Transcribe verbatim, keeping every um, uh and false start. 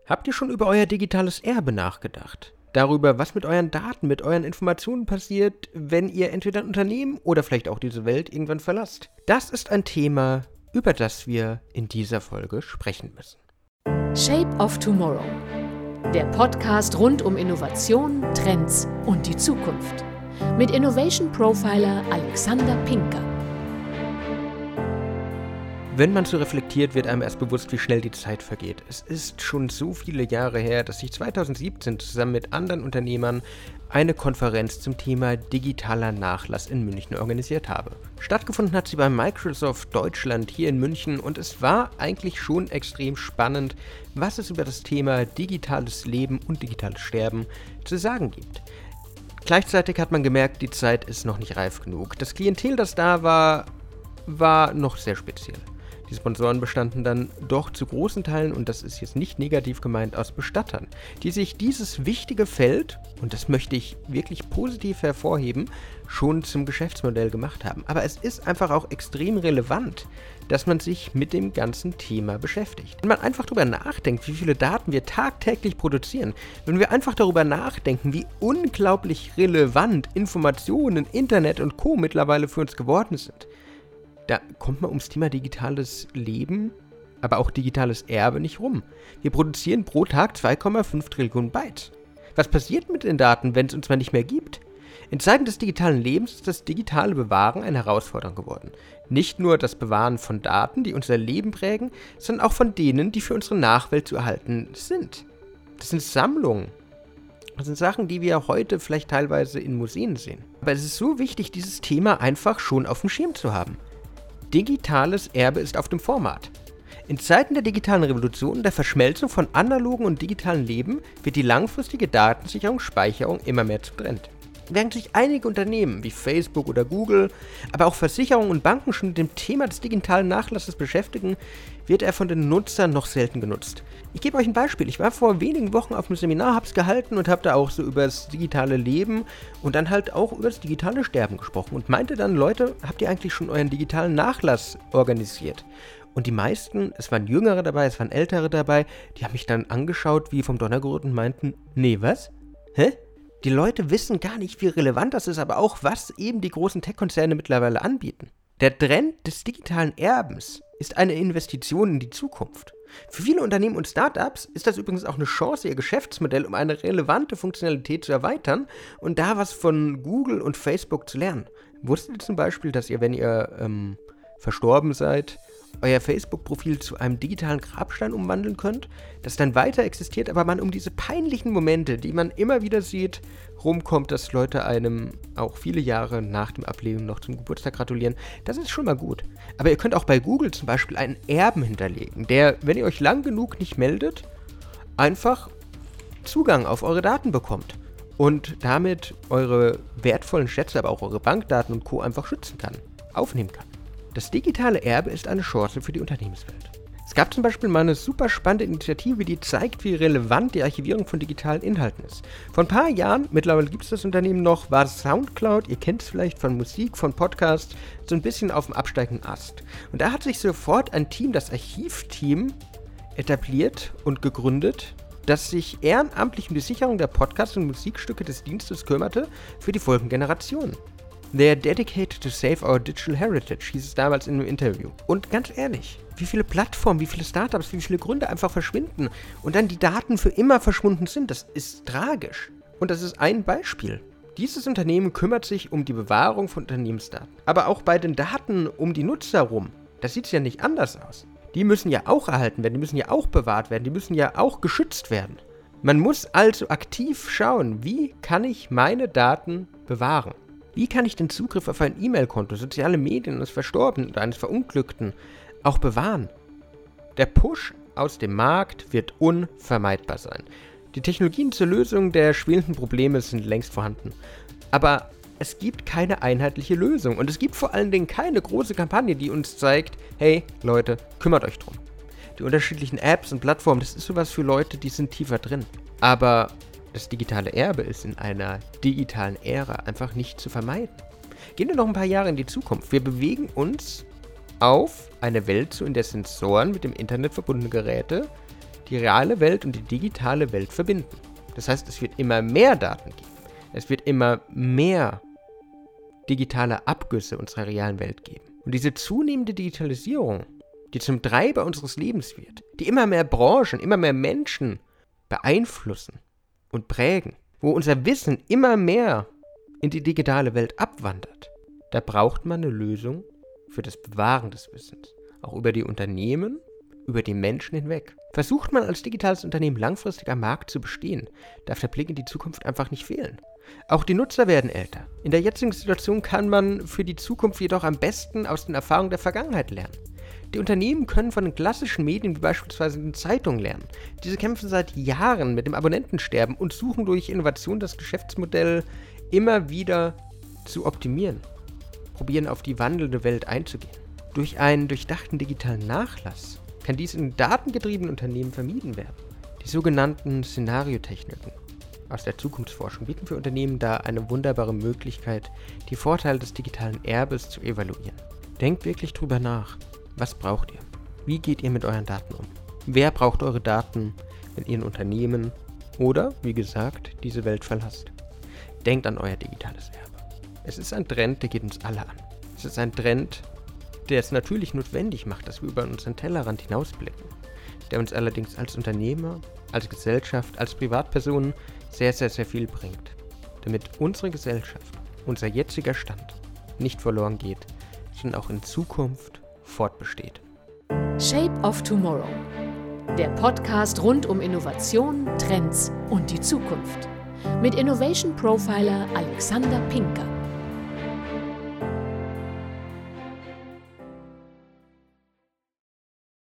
Habt ihr schon über euer digitales Erbe nachgedacht? Darüber, was mit euren Daten, mit euren Informationen passiert, wenn ihr entweder ein Unternehmen oder vielleicht auch diese Welt irgendwann verlasst? Das ist ein Thema, über das wir in dieser Folge sprechen müssen. Shape of Tomorrow. Der Podcast rund um Innovation, Trends und die Zukunft. Mit Innovation Profiler Alexander Pinker. Wenn man so reflektiert, wird einem erst bewusst, wie schnell die Zeit vergeht. Es ist schon so viele Jahre her, dass ich zweitausendsiebzehn zusammen mit anderen Unternehmern eine Konferenz zum Thema digitaler Nachlass in München organisiert habe. Stattgefunden hat sie bei Microsoft Deutschland hier in München und es war eigentlich schon extrem spannend, was es über das Thema digitales Leben und digitales Sterben zu sagen gibt. Gleichzeitig hat man gemerkt, die Zeit ist noch nicht reif genug. Das Klientel, das da war, war noch sehr speziell. Die Sponsoren bestanden dann doch zu großen Teilen, und das ist jetzt nicht negativ gemeint, aus Bestattern, die sich dieses wichtige Feld, und das möchte ich wirklich positiv hervorheben, schon zum Geschäftsmodell gemacht haben. Aber es ist einfach auch extrem relevant, dass man sich mit dem ganzen Thema beschäftigt. Wenn man einfach darüber nachdenkt, wie viele Daten wir tagtäglich produzieren, wenn wir einfach darüber nachdenken, wie unglaublich relevant Informationen, Internet und Co. mittlerweile für uns geworden sind, da kommt man ums Thema digitales Leben, aber auch digitales Erbe nicht rum. Wir produzieren pro Tag zwei Komma fünf Trillionen Bytes. Was passiert mit den Daten, wenn es uns mal nicht mehr gibt? In Zeiten des digitalen Lebens ist das digitale Bewahren eine Herausforderung geworden. Nicht nur das Bewahren von Daten, die unser Leben prägen, sondern auch von denen, die für unsere Nachwelt zu erhalten sind. Das sind Sammlungen. Das sind Sachen, die wir heute vielleicht teilweise in Museen sehen. Aber es ist so wichtig, dieses Thema einfach schon auf dem Schirm zu haben. Digitales Erbe ist auf dem Vormarsch. In Zeiten der digitalen Revolution, der Verschmelzung von analogen und digitalen Leben, wird die langfristige Datensicherung und Speicherung immer mehr zum Trend. Während sich einige Unternehmen wie Facebook oder Google, aber auch Versicherungen und Banken schon mit dem Thema des digitalen Nachlasses beschäftigen, wird er von den Nutzern noch selten genutzt. Ich gebe euch ein Beispiel. Ich war vor wenigen Wochen auf einem Seminar, habe es gehalten und habe da auch so über das digitale Leben und dann halt auch über das digitale Sterben gesprochen und meinte dann, Leute, habt ihr eigentlich schon euren digitalen Nachlass organisiert? Und die meisten, es waren Jüngere dabei, es waren Ältere dabei, die haben mich dann angeschaut wie vom Donner gerührt und meinten, nee, was? Hä? Die Leute wissen gar nicht, wie relevant das ist, aber auch, was eben die großen Tech-Konzerne mittlerweile anbieten. Der Trend des digitalen Erbens ist eine Investition in die Zukunft. Für viele Unternehmen und Startups ist das übrigens auch eine Chance, ihr Geschäftsmodell um eine relevante Funktionalität zu erweitern und da was von Google und Facebook zu lernen. Wusstet ihr zum Beispiel, dass ihr, wenn ihr ähm, verstorben seid, euer Facebook-Profil zu einem digitalen Grabstein umwandeln könnt, das dann weiter existiert, aber man um diese peinlichen Momente, die man immer wieder sieht, rumkommt, dass Leute einem auch viele Jahre nach dem Ableben noch zum Geburtstag gratulieren, das ist schon mal gut. Aber ihr könnt auch bei Google zum Beispiel einen Erben hinterlegen, der, wenn ihr euch lang genug nicht meldet, einfach Zugang auf eure Daten bekommt und damit eure wertvollen Schätze, aber auch eure Bankdaten und Co. einfach schützen kann, aufnehmen kann. Das digitale Erbe ist eine Chance für die Unternehmenswelt. Es gab zum Beispiel mal eine super spannende Initiative, die zeigt, wie relevant die Archivierung von digitalen Inhalten ist. Vor ein paar Jahren, mittlerweile gibt es das Unternehmen noch, war Soundcloud, ihr kennt es vielleicht von Musik, von Podcasts, so ein bisschen auf dem absteigenden Ast. Und da hat sich sofort ein Team, das Archivteam, etabliert und gegründet, das sich ehrenamtlich um die Sicherung der Podcasts und Musikstücke des Dienstes kümmerte für die folgenden Generationen. They are dedicated to save our digital heritage, hieß es damals in einem Interview. Und ganz ehrlich, wie viele Plattformen, wie viele Startups, wie viele Gründer einfach verschwinden und dann die Daten für immer verschwunden sind, das ist tragisch. Und das ist ein Beispiel. Dieses Unternehmen kümmert sich um die Bewahrung von Unternehmensdaten. Aber auch bei den Daten um die Nutzer rum, das sieht ja nicht anders aus. Die müssen ja auch erhalten werden, die müssen ja auch bewahrt werden, die müssen ja auch geschützt werden. Man muss also aktiv schauen, wie kann ich meine Daten bewahren? Wie kann ich den Zugriff auf ein E-Mail-Konto, soziale Medien eines Verstorbenen oder eines Verunglückten auch bewahren? Der Push aus dem Markt wird unvermeidbar sein. Die Technologien zur Lösung der schwelenden Probleme sind längst vorhanden. Aber es gibt keine einheitliche Lösung und es gibt vor allen Dingen keine große Kampagne, die uns zeigt, hey Leute, kümmert euch drum. Die unterschiedlichen Apps und Plattformen, das ist sowas für Leute, die sind tiefer drin. Aber das digitale Erbe ist in einer digitalen Ära einfach nicht zu vermeiden. Gehen wir noch ein paar Jahre in die Zukunft. Wir bewegen uns auf eine Welt zu, in der Sensoren mit dem Internet verbundene Geräte die reale Welt und die digitale Welt verbinden. Das heißt, es wird immer mehr Daten geben. Es wird immer mehr digitale Abgüsse unserer realen Welt geben. Und diese zunehmende Digitalisierung, die zum Treiber unseres Lebens wird, die immer mehr Branchen, immer mehr Menschen beeinflussen und prägen, wo unser Wissen immer mehr in die digitale Welt abwandert, da braucht man eine Lösung für das Bewahren des Wissens, auch über die Unternehmen, über die Menschen hinweg. Versucht man als digitales Unternehmen langfristig am Markt zu bestehen, darf der Blick in die Zukunft einfach nicht fehlen. Auch die Nutzer werden älter. In der jetzigen Situation kann man für die Zukunft jedoch am besten aus den Erfahrungen der Vergangenheit lernen. Die Unternehmen können von den klassischen Medien wie beispielsweise den Zeitungen lernen. Diese kämpfen seit Jahren mit dem Abonnentensterben und suchen durch Innovation das Geschäftsmodell immer wieder zu optimieren, probieren auf die wandelnde Welt einzugehen. Durch einen durchdachten digitalen Nachlass kann dies in datengetriebenen Unternehmen vermieden werden. Die sogenannten Szenariotechniken aus der Zukunftsforschung bieten für Unternehmen da eine wunderbare Möglichkeit, die Vorteile des digitalen Erbes zu evaluieren. Denkt wirklich drüber nach. Was braucht ihr? Wie geht ihr mit euren Daten um? Wer braucht eure Daten, wenn ihr ein Unternehmen oder, wie gesagt, diese Welt verlasst? Denkt an euer digitales Erbe. Es ist ein Trend, der geht uns alle an. Es ist ein Trend, der es natürlich notwendig macht, dass wir über unseren Tellerrand hinausblicken, der uns allerdings als Unternehmer, als Gesellschaft, als Privatpersonen sehr, sehr, sehr viel bringt, damit unsere Gesellschaft, unser jetziger Stand nicht verloren geht, sondern auch in Zukunft fortbesteht. Shape of Tomorrow, der Podcast rund um Innovation, Trends und die Zukunft mit Innovation Profiler Alexander Pinker.